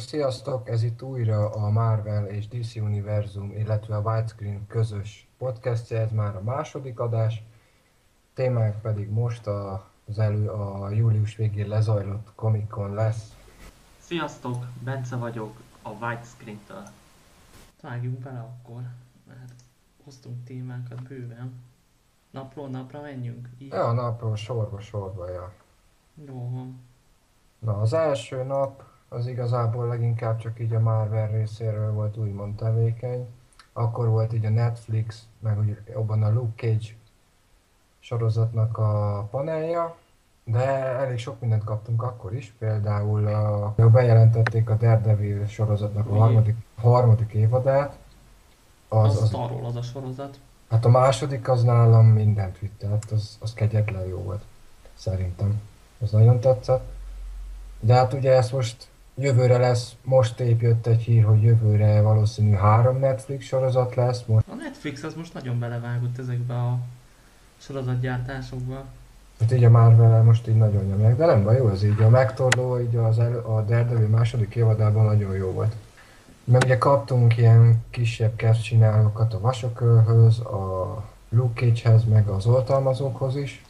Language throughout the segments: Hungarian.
Sziasztok! Ez itt újra a Marvel és DC Univerzum, illetve a Widescreen közös podcastja, ez már a második adás. Témánk pedig most a július végén lezajlott Comic Con lesz. Sziasztok, Bence vagyok a Widescreen-től. Vágjunk bele akkor, mert hoztunk témákat bőven. Napról napra menjünk? Így? Ja, a napról sorba, ja. Jó van. Na, az első nap az igazából leginkább csak így a Marvel részéről volt úgymond tevékeny. Akkor volt így a Netflix, meg úgy abban a Luke Cage sorozatnak a panelja, de elég sok mindent kaptunk akkor is, például bejelentették a Daredevil sorozatnak a harmadik évadát. Az arról az a sorozat. Hát a második az nálam mindent vitt, tehát az kegyetlen jó volt, szerintem. Az nagyon tetszett. De hát ugye ez most jövőre lesz, most épp jött egy hír, hogy jövőre valószínű 3 Netflix sorozat lesz. A Netflix az most nagyon belevágott ezekbe a sorozatgyártásokba. Hát így a Marvel most így nagyon nyomják, de nem baj, jó az így. A megtorló így a Daredevil második évadában nagyon jó volt. Mert ugye kaptunk ilyen kisebb csinálókat a Vasokőrhöz, a Luke Cage-hez, meg az oltalmazókhoz is.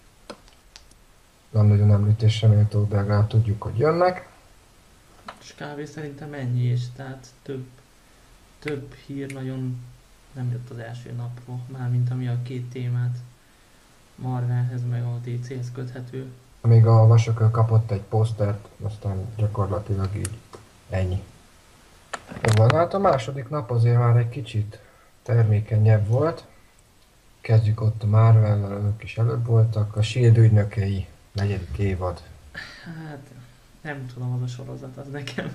Nem nagyon említésre méltók, de legalább tudjuk, hogy jönnek. És kb. Szerintem ennyi is, tehát több hír nagyon nem jött az első napról, mármint ami a két témát Marvelhez meg a DC-hez köthető. Még a Vasokőr kapott egy posztert, aztán gyakorlatilag így ennyi. Jó van, hát a második nap azért már egy kicsit termékenyebb volt. Kezdjük ott a Marvel-nel, ők is előbb voltak. A S.H.I.E.L.D. ügynökei, 4. évad. Hát nem tudom, az a sorozat az nekem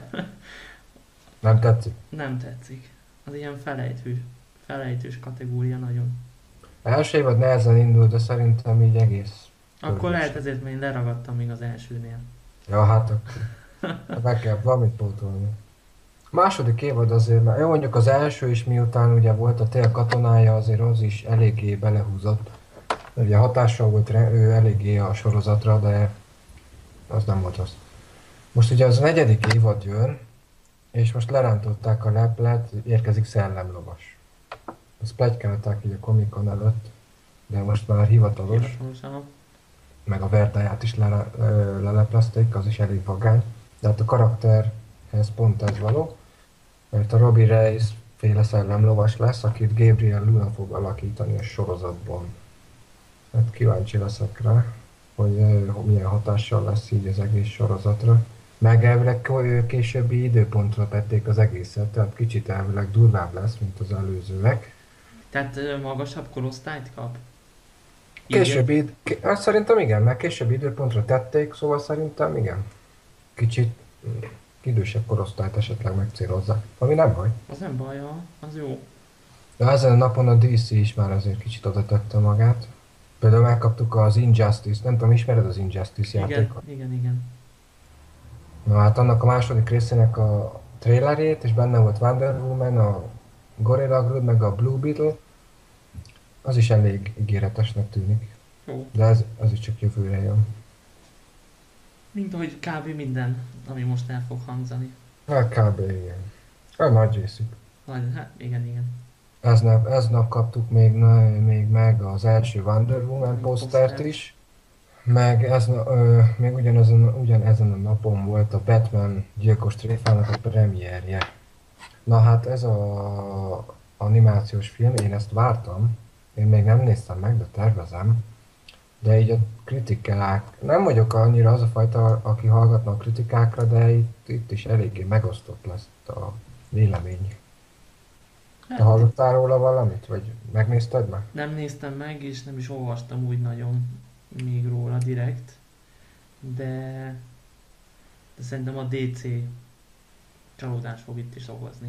Nem tetszik? nem tetszik. Az ilyen felejtős kategória nagyon. Első évad nehezen indult, de szerintem így egész. Akkor lehet ezért, mert én leragadtam még az elsőnél. Ja, hát akkor meg kell valamit pótolni. A második évad azért, jó mondjuk az első is miután ugye volt a tél katonája, azért az is eléggé belehúzott. Ugye hatással volt ő eléggé a sorozatra, de az nem volt az. Most ugye az 4. évad jön, és most lerántották a leplet, érkezik Szellemlovas. Ezt pletykálták így a Comic-Con előtt, de most már hivatalos. Meg a Verdáját is leleplezték, az is elég vagány. De hát a karakterhez pont ez való, mert a Robbie Reyes féle szellemlovas lesz, akit Gabriel Luna fog alakítani a sorozatban. Hát kíváncsi leszek rá, hogy milyen hatással lesz így az egész sorozatra. Meg elvileg későbbi időpontra tették az egészet, tehát kicsit elvileg durvább lesz, mint az előzőek. Tehát magasabb korosztályt kap? Későbbi, hát szerintem igen, mert későbbi időpontra tették, szóval szerintem igen. Kicsit idősebb korosztályt esetleg megcélozzák, ami nem baj. Az nem baj, az jó. De ezen a napon a DC is már azért kicsit oda tette magát. Például megkaptuk az Injustice, nem tudom, ismered az Injustice játékot? Igen. Na hát annak a második részének a trailerét, és benne volt Wonder Woman, a Gorilla Grodd, meg a Blue Beetle. Az is elég ígéretesnek tűnik. Jó. De ez is csak jövőre jön. Mint ahogy kb. Minden, ami most el fog hangzani. Hát kb. Igen. A nagy részük. Hát igen. Ez nap kaptuk még meg az első Wonder Woman posztert is. Meg még ugyanezen a napon volt a Batman gyilkos tréfának a premierje. Na hát ez a animációs film, én ezt vártam. Én még nem néztem meg, de tervezem. De így a kritikák, nem vagyok annyira az a fajta, aki hallgatna a kritikákra, de itt is eléggé megosztott lesz a vélemény. Te hallottál róla valamit, vagy megnézted meg? Nem néztem meg, és nem is olvastam úgy nagyon még róla direkt, de szerintem a DC csalódás fog itt is okozni.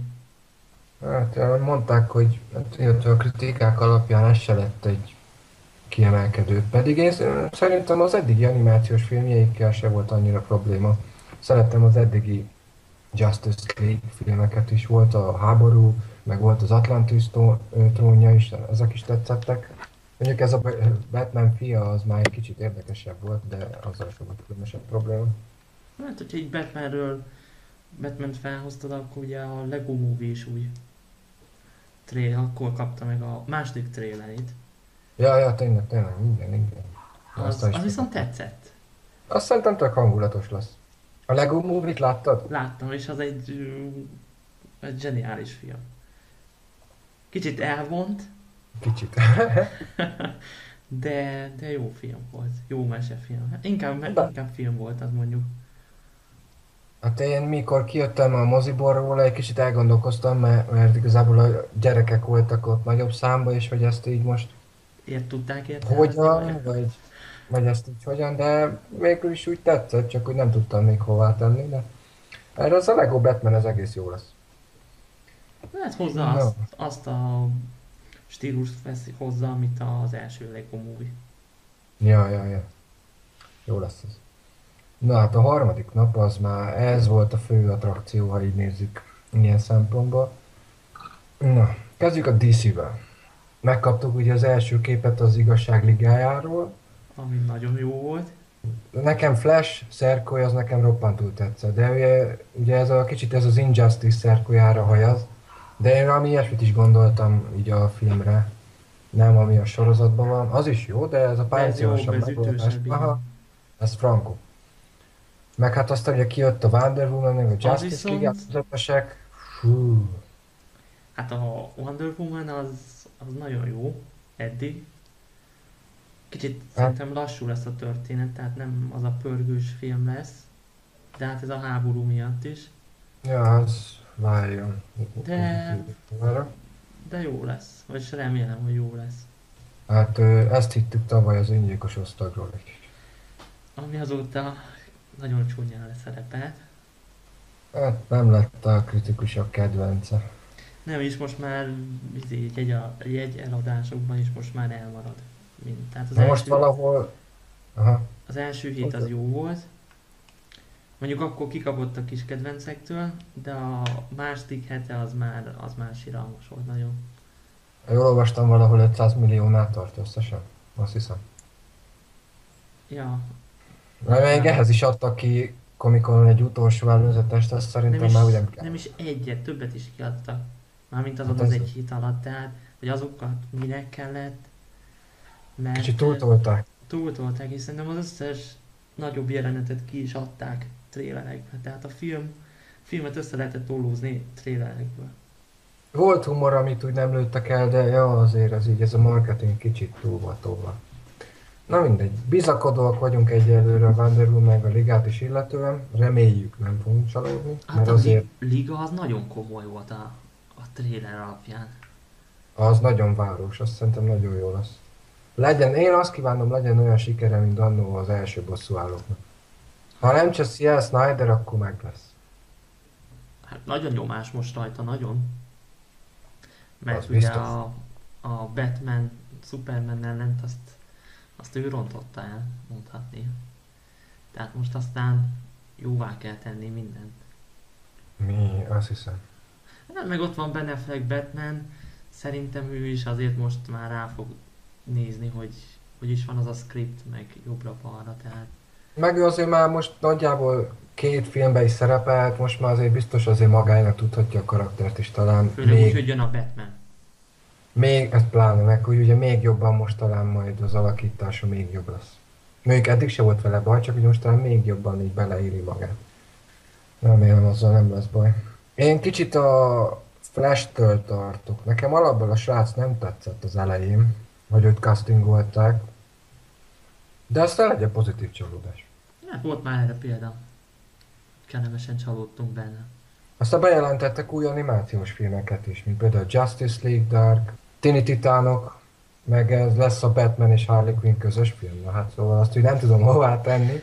Hát mondták, hogy hát, a kritikák alapján ez se lett egy kiemelkedő. Pedig én szerintem az eddigi animációs filmjeikkel se volt annyira probléma. Szerettem az eddigi Justice League filmeket is, volt a háború, meg volt az Atlantis trónja is, ezek is tetszettek. Mondjuk ez a Batman fia az már egy kicsit érdekesebb volt, de azzal sem volt különösebb probléma. Hát, hogyha egy Batmanről Batman-t felhoztad, akkor ugye a Lego Movie is új trailer, akkor kapta meg a második trailerét. Ja, ja, tényleg, tényleg, igen. Azt Az, is az viszont megkaptam. tetszett. Azt szerintem tök hangulatos lesz. A Lego Movie-t láttad? Láttam, és az egy zseniális film. Kicsit elvont, Kicsit. de jó film volt. Jó mesefilm. Hát De, inkább film volt, az mondjuk. hát én mikor kijöttem a moziból róla, egy kicsit elgondolkoztam, mert igazából a gyerekek voltak ott nagyobb számba, és hogy ezt így most Tudták értelmezni, hogyan, vagy ezt így hogyan, de végül is úgy tetszett, csak hogy nem tudtam még hová tenni, de erre az a Lego Batman az egész jó lesz. Hát hozza No. azt a stílust veszi hozzá, amit az első Lego Movie. Ja. Jó lesz ez. Na hát a harmadik nap az már ez volt a fő attrakció, ha így nézzük ilyen szempontból. Na, kezdjük a DC-vel. Megkaptuk ugye az első képet az Igazság Ligájáról. Ami nagyon jó volt. Nekem Flash szerkója az nekem roppantul tetszett, de ugye ez a kicsit ez az Injustice szerkójára hajaz. De én valami ilyesmit is gondoltam így a filmre. Nem, ami a sorozatban van. Az is jó, de ez a De ez jobb, pályázatosabb ez megoldás. ütősebb, Aha, igen. ez frankó. Meg hát aztán ugye kijött a Wonder Woman, meg a Az Justice League viszont, közepesek. Fú, hát a Wonder Woman az nagyon jó, eddig. Kicsit hát, szerintem lassú lesz a történet, tehát nem az a pörgős film lesz. De hát ez a háború miatt is. ja, az várjon. De, de jó lesz, vagyis remélem, hogy jó lesz. Hát ezt hittük tavaly az öngyilkos osztagról is. Ami azóta nagyon csúnyán leszerepelt. Hát nem lett a kritikusok kedvence. Nem is most már jegy eladásokban is most már elmarad. Tehát Na most valahol... Aha. az első hét az jó volt. Mondjuk akkor kikapott a kis kedvencektől, de a második hete az már siralmas volt nagyon. Jól olvastam, valahol 500 milliónál tart összesen. Azt hiszem. Ja, Mert még ehhez is adtak ki Comic-Con egy utolsó előzetest, azt nem szerintem is, már ugye kell. nem is egyet, többet is kiadtak. Mármint azon Hát az ez egy hét alatt, tehát hogy azokat minek kellett, mert kicsit túltolták. túltolták, és szerintem az összes nagyobb jelenetet ki is adták trélerekbe. Tehát a filmet össze lehetett tolózni trélerekből. Volt humor, amit úgy nem lőttek el, de ja, azért ez így, ez a marketing kicsit túl volt tolva. Na mindegy, bizakodóak vagyunk egyelőre a Wonder Woman meg a Ligát is illetően, reméljük nem fogunk csalódni, Hát mert a azért Liga az nagyon komoly volt a trailer alapján. az nagyon város, azt szerintem nagyon jó lesz. Legyen, én azt kívánom, legyen olyan sikere, mint annó az első bosszúállóknak. Ha nem cseszi el Snyder, akkor meg lesz. Hát nagyon nyomás most rajta, nagyon. Mert Az ugye biztos. a Batman, Superman ellent azt ő rontotta el, mondhatni. Tehát most aztán jóvá kell tenni mindent. Mi, azt hiszem. Hát meg ott van Ben Affleck Batman, szerintem ő is azért most már rá fog nézni, hogy is van az a script, meg jobbra-balra, tehát Meg ő azért már most nagyjából 2 filmben is szerepelt, most már azért biztos azért magának tudhatja a karaktert is talán főleg úgy, hogy jön a Batman. még, ez pláne meg, hogy ugye még jobban most talán majd az alakítása még jobb lesz. Mondjuk eddig se volt vele baj, csak hogy most talán még jobban így beleéli magát. Remélem azzal nem lesz baj. Én kicsit a Flash-től tartok. Nekem alapból a srác nem tetszett az elején, hogy őt castingolták. De aztán legyen pozitív csalódás. Hát volt már erre példa. Kellemesen csalódtunk benne. Aztán bejelentettek új animációs filmeket is, mint például Justice League Dark, Tini Titánok, meg ez lesz a Batman és Harley Quinn közös film. Na hát szóval azt úgy nem tudom hová tenni.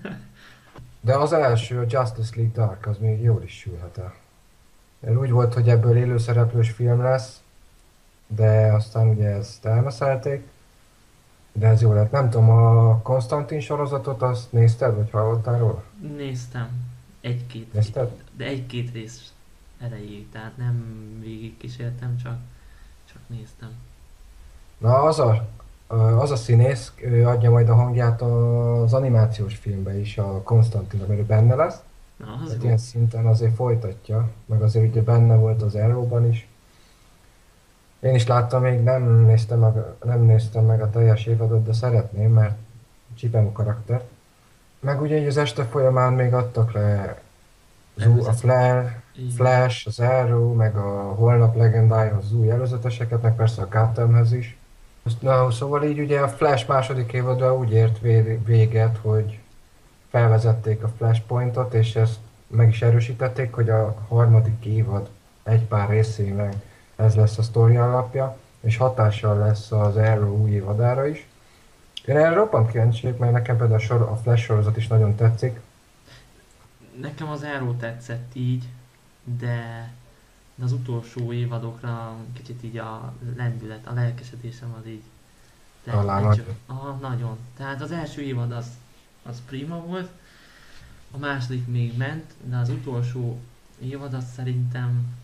De az első, a Justice League Dark, az még jól is sülhet el. Mert úgy volt, hogy ebből élőszereplős film lesz, de aztán ugye ezt elmeszelték. De ez jó lett. Nem tudom, a Konstantin sorozatot azt nézted, vagy hallottál róla? Néztem egy-két, Nézted? de egy-két rész erejéig, tehát nem végig kísértem, csak néztem. Na az a színész ő adja majd a hangját az animációs filmbe is, a Konstantin, amiről benne lesz. Na, az Tehát jó. ilyen szinten azért folytatja, meg azért ugye benne volt az Arrow-ban is. Én is láttam, még nem néztem meg a teljes évadot, de szeretném, mert csípem a karaktert. Meg ugye így az este folyamán még adtak le a Előzet. Flare, Így van. Flash, az Arrow, meg a Holnap legendája, az új előzeteseket, meg persze a Gothamhez is. Na, szóval így ugye a Flash második évada úgy ért véget, hogy felvezették a Flashpointot, és ezt meg is erősítették, hogy a harmadik évad egy pár részének ez lesz a sztori alapja, és hatással lesz az Arrow új évadára is. Én erre roppant kíváncsi vagyok, mert nekem például a Flash sorozat is nagyon tetszik. Nekem az Arrow tetszett így, de az utolsó évadokra kicsit így a lendület, a lelkesedésem az így Alá nagy. nagyon. Tehát az első évad az prima volt, a második még ment, de az utolsó évad az szerintem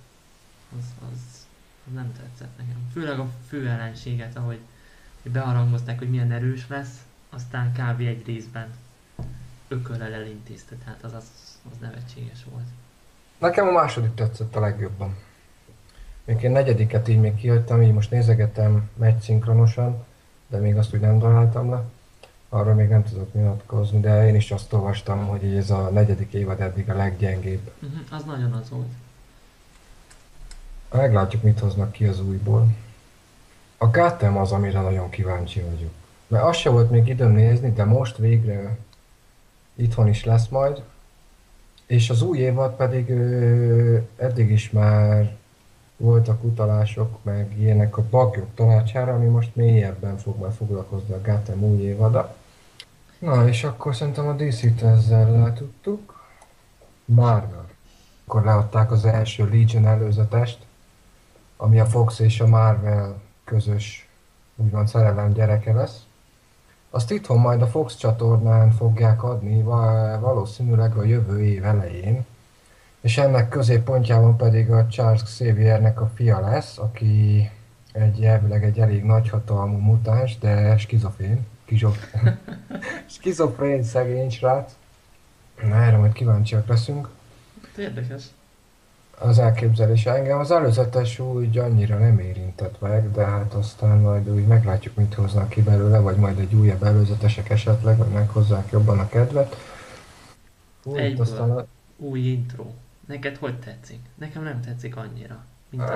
az nem tetszett nekem. Főleg a fő ellenséget, ahogy beharangozták, hogy milyen erős lesz, aztán kb. Egy részben ököllel elintézte, tehát az nevetséges volt. Nekem a második tetszett a legjobban. Még én negyediket így még kihagytam, így most nézegetem, megy szinkronosan, de még azt úgy nem találtam le. Arról még nem tudok nyilatkozni, de én is azt olvastam, hogy így ez a negyedik évad eddig a leggyengébb. Az nagyon az volt. Meglátjuk, mit hoznak ki az újból. A Gotham az, amire nagyon kíváncsi vagyok. Mert az se volt még időm nézni, de most végre itthon is lesz majd. És az új évad pedig eddig is már voltak utalások, meg ilyenek a Baglyok tanácsára, ami most mélyebben fog majd foglalkozni a Gotham új évada. Na, és akkor szerintem a DC-t ezzel letudtuk. Marvel. Akkor leadták az első Legion előzetest, ami a Fox és a Marvel közös, úgymond szerelem gyereke lesz. Azt itthon majd a Fox csatornán fogják adni, valószínűleg a jövő év elején. És ennek középpontjában pedig a Charles Xaviernek a fia lesz, aki elvileg egy elég nagyhatalmú mutáns, de skizofrén. Skizofrén szegény srác. Na, erre majd kíváncsiak leszünk. Érdekes. Az elképzelése engem az előzetes úgy annyira nem érintett meg, de hát aztán majd úgy meglátjuk, mit hoznak ki belőle, vagy majd egy újabb előzetesek esetleg, vagy meghozzák jobban a kedvet. Itt aztán Egyből. Új intro. Neked hogy tetszik? Nekem nem tetszik annyira, mint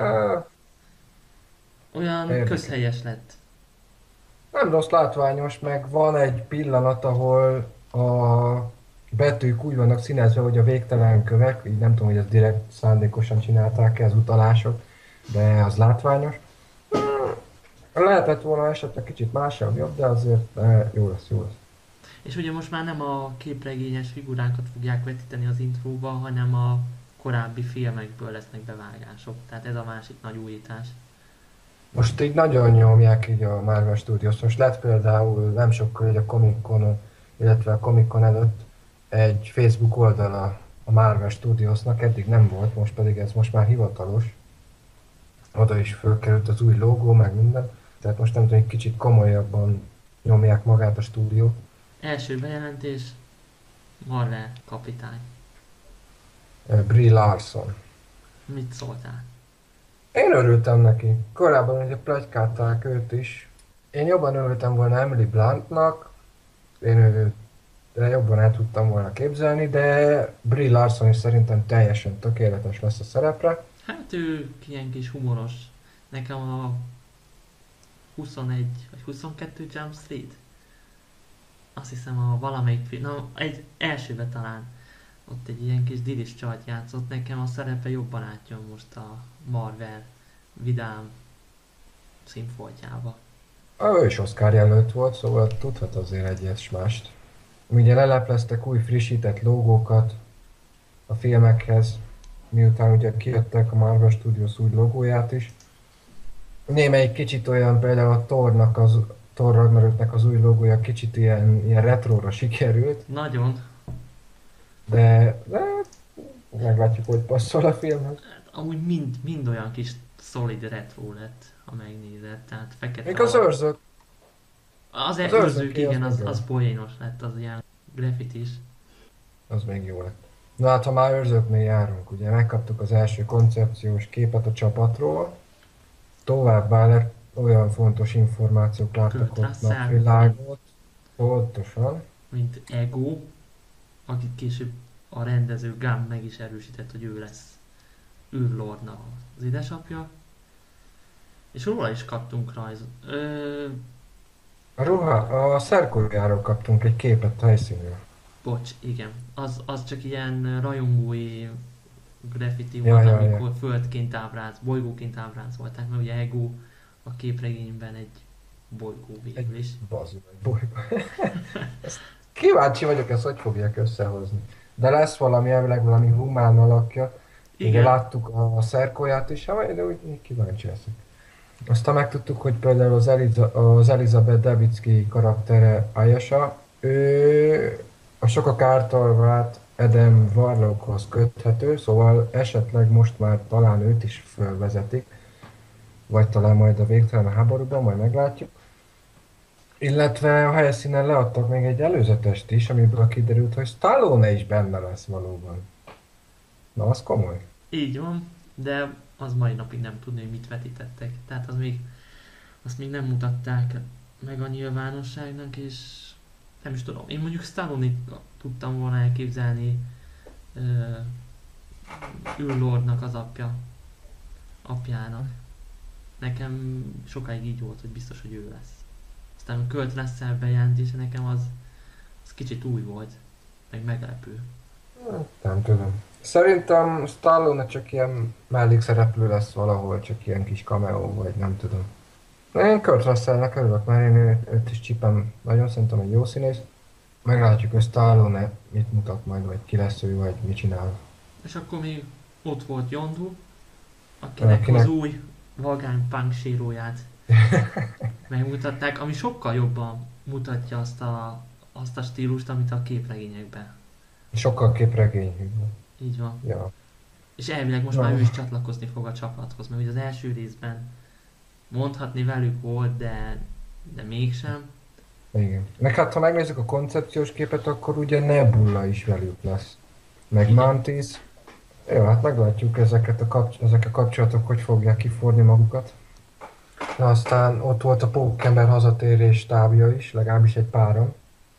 olyan érdekes. közhelyes lett. Nem rossz látványos, meg van egy pillanat, ahol a betűk úgy vannak színezve, hogy a végtelen kövek, így nem tudom, hogy ezt direkt szándékosan csinálták-e az utalások, de az látványos. Lehetett volna esetleg kicsit másabb, jobb, de azért jó lesz, jó lesz. És ugye most már nem a képregényes figurákat fogják vetíteni az intróba, hanem a korábbi filmekből lesznek bevágások. Tehát ez a másik nagy újítás. Most így nagyon nyomják így a Marvel Studios. Most lett például nem sokkal egy a Comic-Con, illetve a Comic-Con előtt egy Facebook oldala a Marvel Studiosnak, eddig nem volt, most pedig ez most már hivatalos. Oda is fölkerült az új logó, meg minden. Tehát most nem tudom, egy kicsit komolyabban nyomják magát a stúdió. Első bejelentés, Marvel kapitány. Brie Larson. Mit szóltál? Én örültem neki. Korábban ugye pletykálták őt is. Én jobban örültem volna Emily Bluntnak, én őt jobban el tudtam volna képzelni, de Brie Larson is szerintem teljesen tökéletes lesz a szerepre. Hát ő ilyen kis humoros. Nekem a 21 vagy 22 Jump Street. Azt hiszem a valamelyik film, na egy elsőbe talán. Ott egy ilyen kis dilis csajt játszott, nekem a szerepe jobban átjön most a Marvel vidám színfoltjába. Ő is Oscar jelölt volt, szóval tudhat azért egyes mást. Ugye lelepleztek új frissített logókat a filmekhez, miután ugye kijöttek a Marvel Studios új logóját is. Némelyik kicsit olyan, például a Thor Ragnaröknek az új logója kicsit ilyen retróra sikerült, Nagyon. de meglátjuk, hogy passzol a filmhez. Hát, amúgy mind olyan kis szolid retro lett, ha megnézed. Tehát fekete Még az alap. őrzők, Az az őrzők, őrzőké az igen, meg az, jó. az poénos lett, az ilyen graffiti is. Az még jó lett. Na hát, ha már őrzőknél járunk, ugye megkaptuk az első koncepciós képet a csapatról, továbbá olyan fontos információk láttak Kurt ott Russell, mint, napvilágot, pontosan. mint Ego, akit később a rendező Gunn meg is erősített, hogy ő lesz űrlordnak az édesapja. És róla is kaptunk rajzot. A szerkójáról kaptunk egy képet a helyszínről. Bocs, igen. Az csak ilyen rajongói graffiti Ja, volt, ja, ja. amikor földként bolygóként ábrázolták, mert ugye Ego a képregényben egy bolygó végül is. Egy bazú, egy bolygó. Ezt kíváncsi vagyok, ezt hogy fogják összehozni. De lesz valami, elvileg valami humán alakja. Ugye Igen, láttuk a szerkóját is, hát de úgy kíváncsi leszek. Aztán megtudtuk, hogy például az Elizabeth Debicki karaktere Ayesha, ő a sokak által vált Adam Warlockhoz köthető, szóval esetleg most már talán őt is fölvezetik, vagy talán majd a végtelen háborúban, majd meglátjuk. Illetve a helyszínen leadtak még egy előzetest is, amiből kiderült, hogy Stallone is benne lesz valóban. Na, az komoly. így van, de az mai napig nem tudni, hogy mit vetítettek. Tehát azt még nem mutatták meg a nyilvánosságnak, és nem is tudom. Én mondjuk Stallone-t tudtam volna elképzelni űrlordnak az apjának. Nekem sokáig így volt, hogy biztos, hogy ő lesz. Aztán a Kurt Russell bejelentése nekem az kicsit új volt, meg meglepő. Nem tudom. Szerintem Stallone csak ilyen mellékszereplő lesz valahol, csak ilyen kis cameo, vagy nem tudom. Én Kurt Russellnek örülök, mert én őt is csípem nagyon, szerintem egy jó színész. Meglátjuk, hogy Stallone mit mutat majd, vagy ki lesz ő, vagy mit csinál. És akkor még ott volt Yondu, akinek az új vagány punk séróját megmutatták, ami sokkal jobban mutatja azt a stílust, amit a képregényekben. Sokkal képregény. Így van. Ja. És elvileg most már ő is csatlakozni fog a csapathoz, mert ugye az első részben mondhatni velük volt, de mégsem. Igen. Meg hát, ha megnézzük a koncepciós képet, akkor ugye Nebula is velük lesz. Meg Igen. Mantis. Jó, hát meglátjuk ezek a kapcsolatok, hogy fogják kiforni magukat. De aztán ott volt a Pókember hazatérés stábja is, legalábbis egy páron.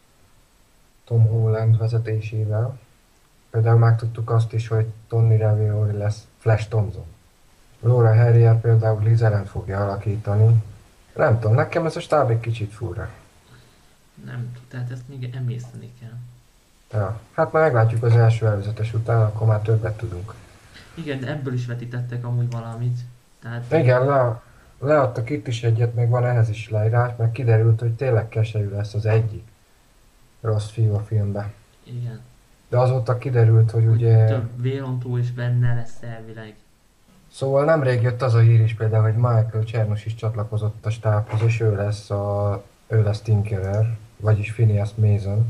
Tom Holland vezetésével. Például megtudtuk azt is, hogy Tony Ravioli lesz Flash Thompson. Laura Harrier például Liz Allen fogja alakítani. Nem tudom, nekem ez a stáb egy kicsit fura. Nem, tehát ezt még emészteni kell. Ja, hát már meglátjuk az első előzetes után, akkor már többet tudunk. Igen, de ebből is vetítettek amúgy valamit. Tehát Igen, leadtak itt is egyet, meg van ehhez is leírás, mert kiderült, hogy tényleg keserű lesz az egyik rossz fiú a filmben. igen, De azóta kiderült, hogy hogy ugye... több vérontó is benne lesz elvileg. Szóval nemrég jött az a hír is például, hogy Michael Csernos is csatlakozott a stábhoz, és ő lesz Tinkerer, vagyis Phineas Mason.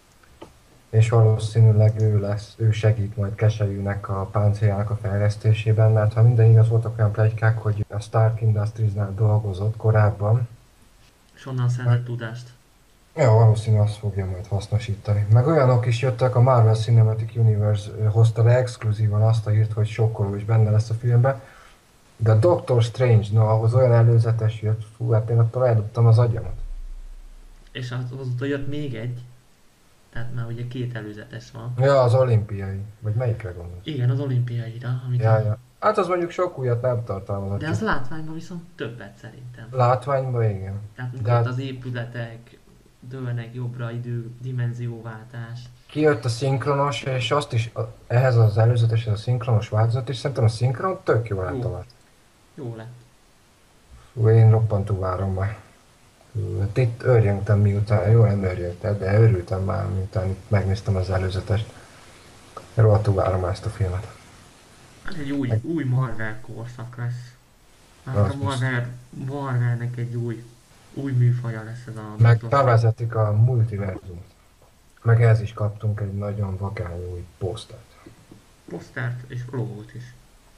És valószínűleg ő segít majd Keselyűnek a páncéljának a fejlesztésében, mert ha minden igaz, voltak olyan pletykák, hogy a Stark Industries-nál dolgozott korábban. És onnan szerzett tudást. Ja, valószínűleg azt fogja majd hasznosítani. Meg olyanok is jöttek, a Marvel Cinematic Universe hozta le exkluzívan azt a hírt, hogy sokkoló is benne lesz a filmben. De Doctor Strange, no, ahhoz olyan előzetes jött, fú, hát én attól eldobtam az agyamat. És azóta jött még egy, tehát már ugye két előzetes van. Ja, az olimpiai. Vagy melyikre gondolsz? Igen, az olimpiaira, amit Ja. Hát az mondjuk sok újat nem tartalmazott. de az látványban viszont többet szerintem. Látványban igen. Tehát De amikor az épületek dőlnek jobbra, dimenzióváltás. kijött a szinkronos, és azt is, ehhez az előzeteshez a szinkronos változat, és szerintem a szinkron tök jól eltalált. Jó lett. Hú, én roppantú várom már. Hú, hát itt örjöngtem miután, jó nem örjöngtem, de örültem már miután itt megnéztem az előzetest. Rohadtul várom ezt a filmet. Ez egy új Marvel korszak lesz. Hát Az a Marvelnek egy új műfaja lesz ez a Meg Doctor bevezetik a multiverzumot. Meg ehhez is kaptunk egy nagyon vagány új posztert. posztert és logót is.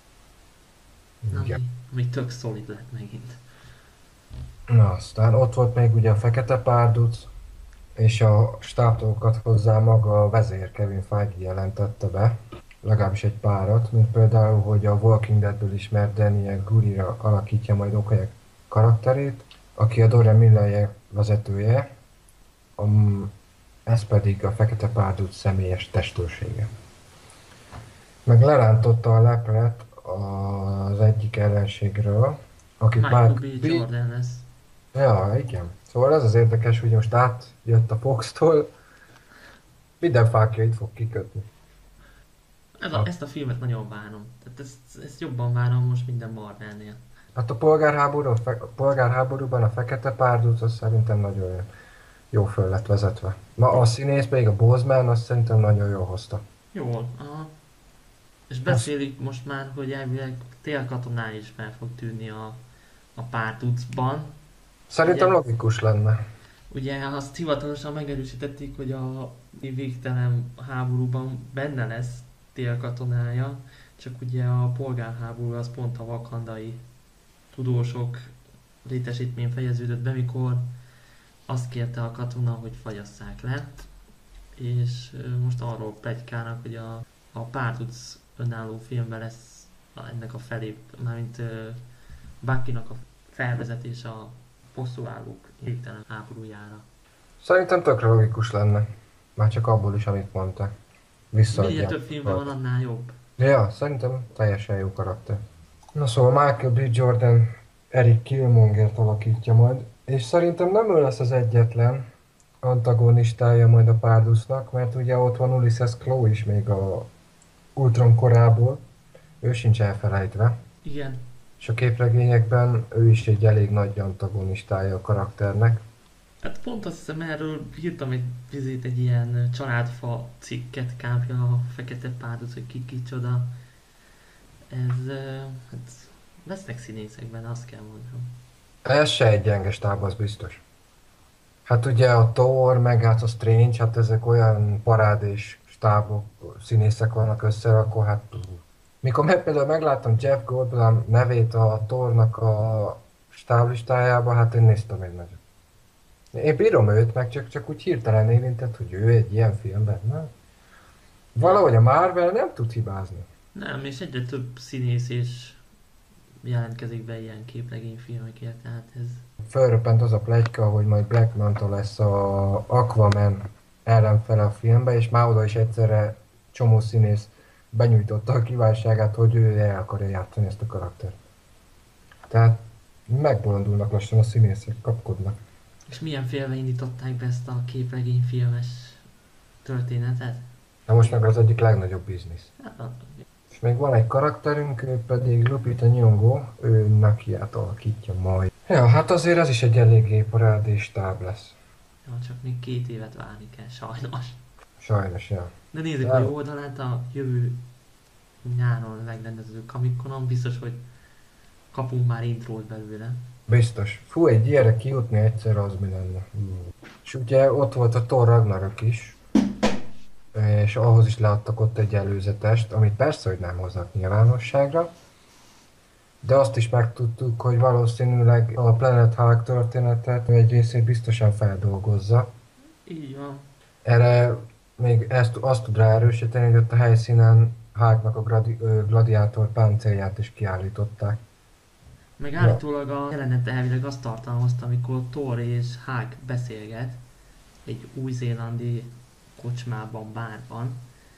Igen. Ami tök szolid lett megint. Na aztán ott volt még ugye a Fekete Párduc, és a stábtaggokat hozzá maga a vezér Kevin Feige jelentette be, legalábbis egy párat, mint például, hogy a Walking Deadből ismert Daniel Gurira alakítja majd Okoye karakterét, aki a Dora Milaje vezetője, ez pedig a Fekete Párduc személyes testőrsége. Meg lerántotta a leplet az egyik ellenségről, akit Michael már... B. Jordan lesz. Ja, igen. Szóval ez az érdekes, hogy most átjött a Fox-tól, minden fákja itt fog kikötni. Ezt a filmet nagyon várom. Tehát ezt jobban várom most minden Marvelnél. Hát a polgárháborúban a Fekete Párduc az szerintem nagyon jó föl lett vezetve. Ma a színész pedig a Boseman, azt szerintem nagyon jól hozta. Jól, aha. És Azt, beszélik most már, hogy elvileg télkatonái is fel fog tűnni a párducban. szerintem Ugye, logikus lenne. ugye azt hivatalosan megerősítették, hogy a végtelen háborúban benne lesz télkatonája, csak ugye a polgárháború az pont a vakandai tudósok létesítmény fejeződött be, mikor azt kérte a katona, hogy fagyasszák le, és most arról pletykálnak, hogy a Párduc önálló filmben lesz ennek a felép, mármint Buckynak a felvezetése a bosszúállók végtelen háborújára. Szerintem tökre logikus lenne. Már csak abból is, amit mondtak. Minél Visszaadják. több filmben van, annál jobb. Ja, szerintem teljesen jó karakter. Na szóval Michael B. Jordan Eric Killmongert alakítja majd, és szerintem nem ő lesz az egyetlen antagonistája majd a Párducnak, mert ugye ott van Ulysses Klaue is még a Ultron korából, ő sincs elfelejtve, Igen, és a képregényekben ő is egy elég nagy antagonistája a karakternek. hát pont azt hiszem erről írtam egy ilyen családfa cikket kb. A Fekete Párduc, hogy ki kicsoda. Ez, hát lesznek színészekben, azt kell mondjam. Ez se egy gyenge stáb, az biztos. Hát ugye a Thor, meg hát a Strange, hát ezek olyan parádés stábok, színészek vannak összerakva, hát mikor például megláttam Jeff Goldblum nevét a Thornak a stáblistájába, hát én néztem egy nagyot. Én bírom őt, meg csak úgy hirtelen érintett, hogy ő egy ilyen filmben, na? Valahogy a Marvel nem tud hibázni. Nem, és egyre több színész is jelentkezik be ilyen képregényfilmekért, tehát ez... Fölröppent az a pletyka, hogy majd Black Manta lesz a Aquaman ellenfele a filmbe, és már oda is egyszerre csomó színész benyújtotta a kívánságát, hogy ő el akarja játszani ezt a karaktert. Tehát megbolondulnak lassan a színészek, kapkodnak. És milyen félve indították be ezt a képregényfilmes történetet? Na most meg az egyik legnagyobb biznisz. Hát, És még van egy karakterünk, ő pedig Lupita Nyong'o, ő Nakiát alakítja majd. Ja, hát azért ez is egy eléggé parádés stáb lesz. ja, csak még 2 évet várni kell, sajnos. Sajnos, ja. De nézzük a jó oldalát, a jövő nyáron megrendező Comic-Conon, biztos, hogy kapunk már intrót belőle. Biztos. Fú, egy ilyenre kijutni egyszer az mi lenne. És ugye ott volt a Thor Ragnarök is, és ahhoz is leadtak ott egy előzetest, amit persze, hogy nem hoznak nyilvánosságra, de azt is megtudtuk, hogy valószínűleg a Planet Hulk történetet egy részét biztosan feldolgozza. Így van. Erre még azt tud ráerősíteni, hogy ott a helyszínen Hulknak a gladiátor páncélját is kiállították. Meg Ja. állítólag a jelenet elvileg azt tartalmazta, amikor Thor és Hulk beszélget egy új-zélandi kocsmában, bárban,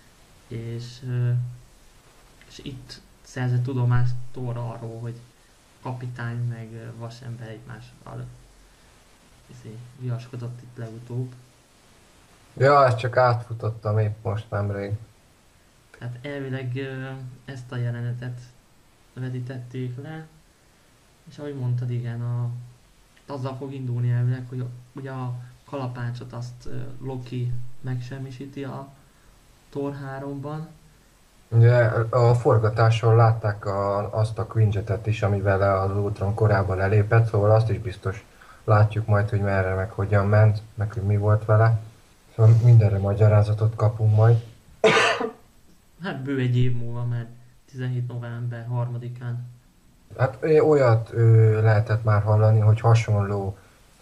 és itt szerzett tudomást Thor arról, hogy kapitány meg vasember egymással viaskodott itt legutóbb. Ja, ezt csak átfutottam épp most nemrég. Tehát elvileg ezt a jelenetet vetítették le, és ahogy mondtad, igen, azzal fog indulni elvileg, hogy ugye a kalapácsot azt Loki megsemmisíti a Thor 3-ban. Ugye a forgatáson látták azt a Quinjetet is, amivel az Ultron korábban elépett, szóval azt is biztos látjuk majd, hogy merre meg hogyan ment, meg hogy mi volt vele. Szóval mindenre magyarázatot kapunk majd. Hát bő egy év múlva, mert 17 november 3-án. Hát olyat lehetett már hallani, hogy hasonló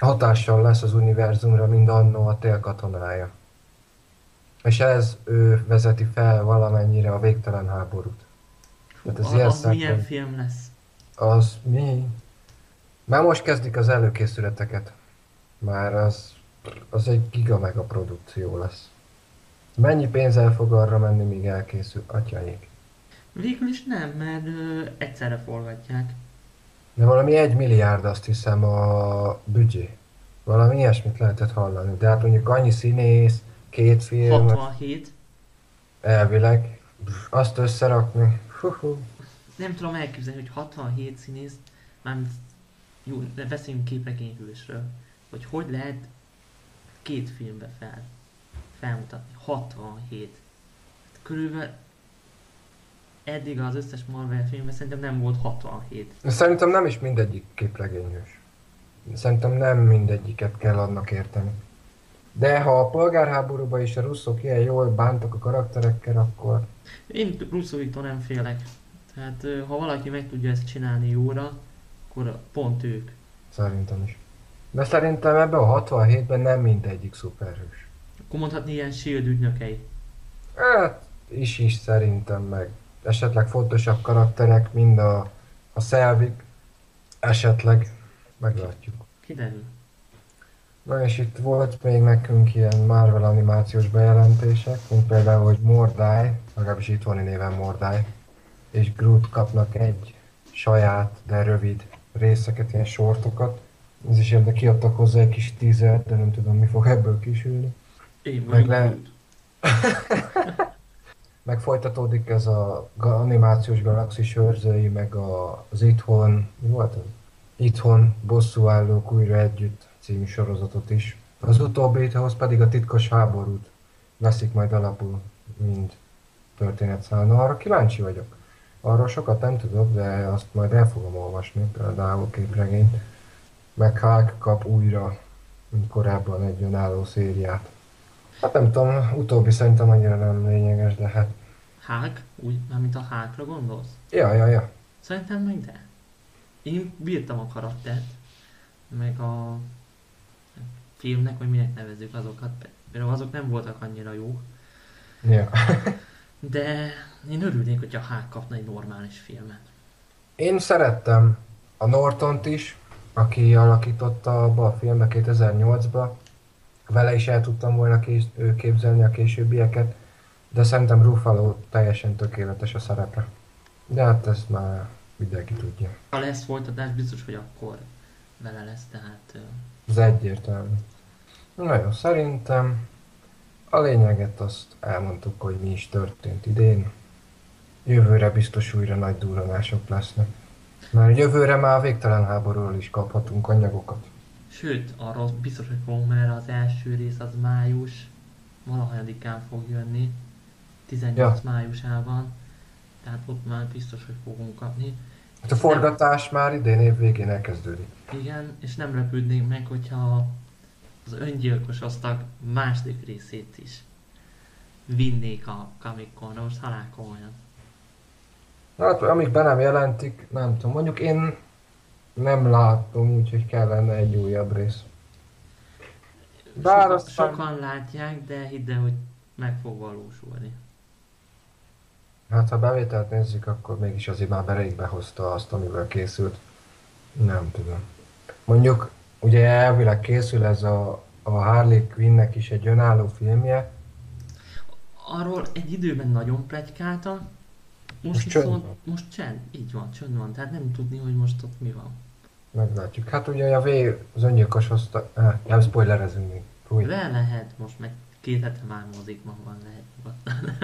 hatással lesz az univerzumra, mint annó a Tél katonája. És ez ő vezeti fel valamennyire a végtelen háborút. Fú, Tehát az ilyen az milyen szempont, film lesz? az mi? Már most kezdik az előkészületeket. Már az egy giga mega produkció lesz. Mennyi pénzzel fog arra menni, míg elkészül? Atyaik. Végül is nem, mert egyszerre forgatják. De valami 1 milliárd, azt hiszem, a büdzsé. Valami ilyesmit lehetett hallani. De hát mondjuk annyi színész, 2 film, 67. elvileg, azt összerakni. Hú. Nem tudom elképzelni, hogy 67 színész, mármint jó, de beszéljünk képregényhősről, hogy lehet két filmbe felmutatni. 67. Körülbelül eddig az összes Marvel filmben szerintem nem volt 67. Szerintem nem is mindegyik képregényhős. Szerintem nem mindegyiket kell annak érteni. De ha a polgárháborúban is a russzok ilyen jól bántak a karakterekkel, akkor Én Russzóiktól nem félek. Tehát ha valaki meg tudja ezt csinálni jóra, akkor pont ők. szerintem is. De szerintem ebben a 67-ben nem mindegyik szuperhős. Akkor mondhatni ilyen Shield ügynökei. Hát, is szerintem meg. Esetleg fontosabb karakterek, mind a Selvig, esetleg meglátjuk. Kiderül. Na és itt volt még nekünk ilyen Marvel animációs bejelentések, mint például, hogy Mordai, legalábbis itthoni néven Mordai, és Groot kapnak egy saját, de rövid részeket, ilyen sortokat. Ez is érdekes, kiadtak hozzá egy kis teasert, de nem tudom, mi fog ebből kisülni. Én Meg, vagyok Groot. meg folytatódik ez a animációs galaxis őrzői, meg az itthon, mi volt az? Itthon bosszúállók újra együtt című sorozatot is. Az utóbbihoz pedig a titkos háborút veszik majd alapul, mint történetszál. Na, arra kíváncsi vagyok. Arról sokat nem tudok, de azt majd el fogom olvasni, például képregényt. Meg Hulk kap újra, mint korábban egy önálló szériát. Hát nem tudom, utóbbi szerintem annyira nem lényeges, de hát... Hulk? Úgy, mármint a Hulkra gondolsz? Ja. Szerintem meg de. Én bírtam a karaktert, meg a filmnek, vagy minek nevezzük azokat. Például azok nem voltak annyira jók. Ja. De én örülnék, hogyha Hulk kapna egy normális filmet. Én szerettem a Nortont is, aki alakította abba a filmbe 2008-ba. Vele is el tudtam volna képzelni a későbbieket, de szerintem Ruffalo teljesen tökéletes a szerepe. De hát ezt már mindenki tudja. Ha lesz folytatás, biztos, hogy akkor vele lesz, tehát... Ez egyértelmű. Na jó, szerintem a lényeget azt elmondtuk, hogy mi is történt idén. Jövőre biztos újra nagy durranások lesznek. Mert jövőre már a végtelen háborúról is kaphatunk anyagokat. Sőt, arról biztos, hogy fogunk, mert az első rész az május, valahanyadikán fog jönni, 18 Ja. májusában, tehát ott már biztos, hogy fogunk kapni. Hát a forgatás már idén év végén elkezdődik. Igen, és nem lepődnénk meg, hogyha az öngyilkos osztag második részét is vinnék a Comic-Conra, most halál komolyan. Hát amíg be nem jelentik, nem tudom, mondjuk én nem látom, úgyhogy kellene egy újabb rész. Bár aztán, Sokan látják, de hidd el, hogy meg fog valósulni. hát ha bevételt nézzük, akkor mégis azért már berékbe hozta azt, amivel készült. Nem tudom. Mondjuk, ugye elvileg készül ez a Harley Quinnnek is egy önálló filmje. Arról egy időben nagyon pletykáltak, most csönd viszont, van. most csend, így van, csönd van, tehát nem tudni, hogy most ott mi van. Meglátjuk. Hát ugye az öngyilkos hozta... nem spoilerezünk még. Fúj. Lehet, most meg 2 hete már mozikban van, lehet nyugodtan.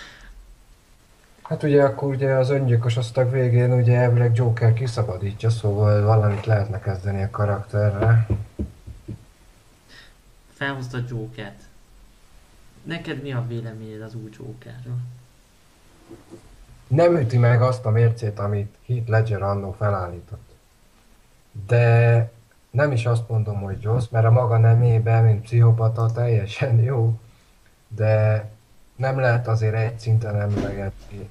Hát ugye akkor ugye az öngyilkos osztag végén ugye elvileg Joker kiszabadítja, szóval valamit lehetne kezdeni a karakterre. Felhozta Jokert. Neked mi a véleményed az új Jokerről? Nem üti meg azt a mércét, amit Heath Ledger annó felállított. De nem is azt mondom, hogy rossz, mert a maga nemében, mint pszichopata teljesen jó, de nem lehet azért egy szinten emlegetni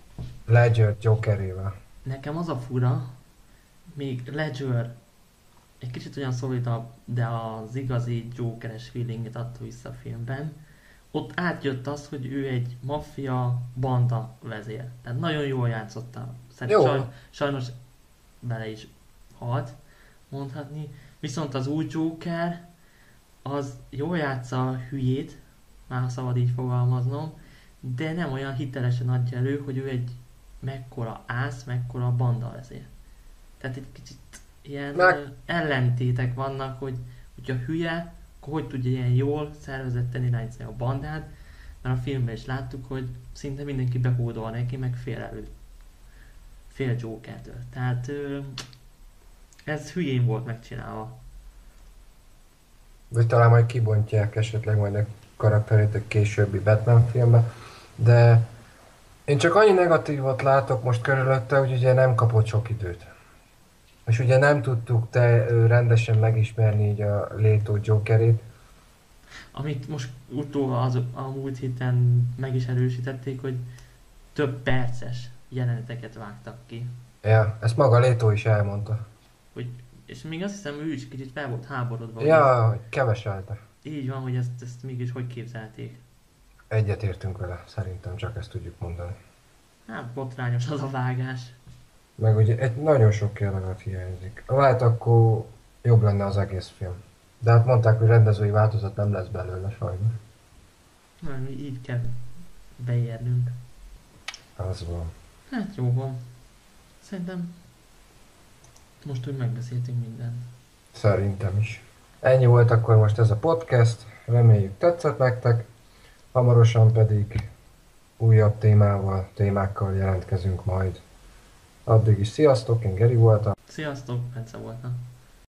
Ledger Jokerével. Nekem az a fura, még Ledger egy kicsit olyan szolidabb, de az igazi Jokeres feelinget adta vissza a filmben. Ott átjött az, hogy ő egy maffia banda vezér. Tehát nagyon jól játszotta. Szerintem Jó, sajnos bele is halt, mondhatni. Viszont az új Joker, az jól játsza a hülyét, már ha szabad így fogalmaznom, de nem olyan hitelesen adja elő, hogy ő egy mekkora ász, mekkora banda vezér. Tehát egy kicsit ilyen meg ellentétek vannak, hogy a hülye, akkor hogy tudja ilyen jól szervezetten irányítani a bandát, mert a filmben is láttuk, hogy szinte mindenki behódol neki, meg fél előtt. Fél Jokertől. Tehát ez hülyén volt megcsinálva. vagy talán majd kibontják esetleg majd a karakterét egy későbbi Batman filmbe, de én csak annyi negatívot látok most körülötte, hogy ugye nem kapott sok időt. És ugye nem tudtuk rendesen megismerni így a Leto Jokerét. Amit most a múlt héten meg is erősítették, hogy több perces jeleneteket vágtak ki. Ja, ezt maga Leto is elmondta. Hogy, és még azt hiszem, ő is kicsit fel volt háborodva, hogy Ja, hogy keveselte. így van, hogy ezt mégis hogy képzelték. Egyetértünk vele, szerintem csak ezt tudjuk mondani. Hát botrányos az a vágás. Meg ugye egy nagyon sok jelenet hiányzik. Lehet akkor jobb lenne az egész film. De hát mondták, hogy rendezői változat nem lesz belőle sajnos. Nem, így kell beérnünk. Az van. Hát jó van. Szerintem most úgy megbeszéltünk mindent. Szerintem is. Ennyi volt akkor most ez a podcast. Reméljük tetszett nektek. Hamarosan pedig újabb témákkal jelentkezünk majd. Addig is sziasztok, én Geri voltam. Sziasztok, Bence voltam.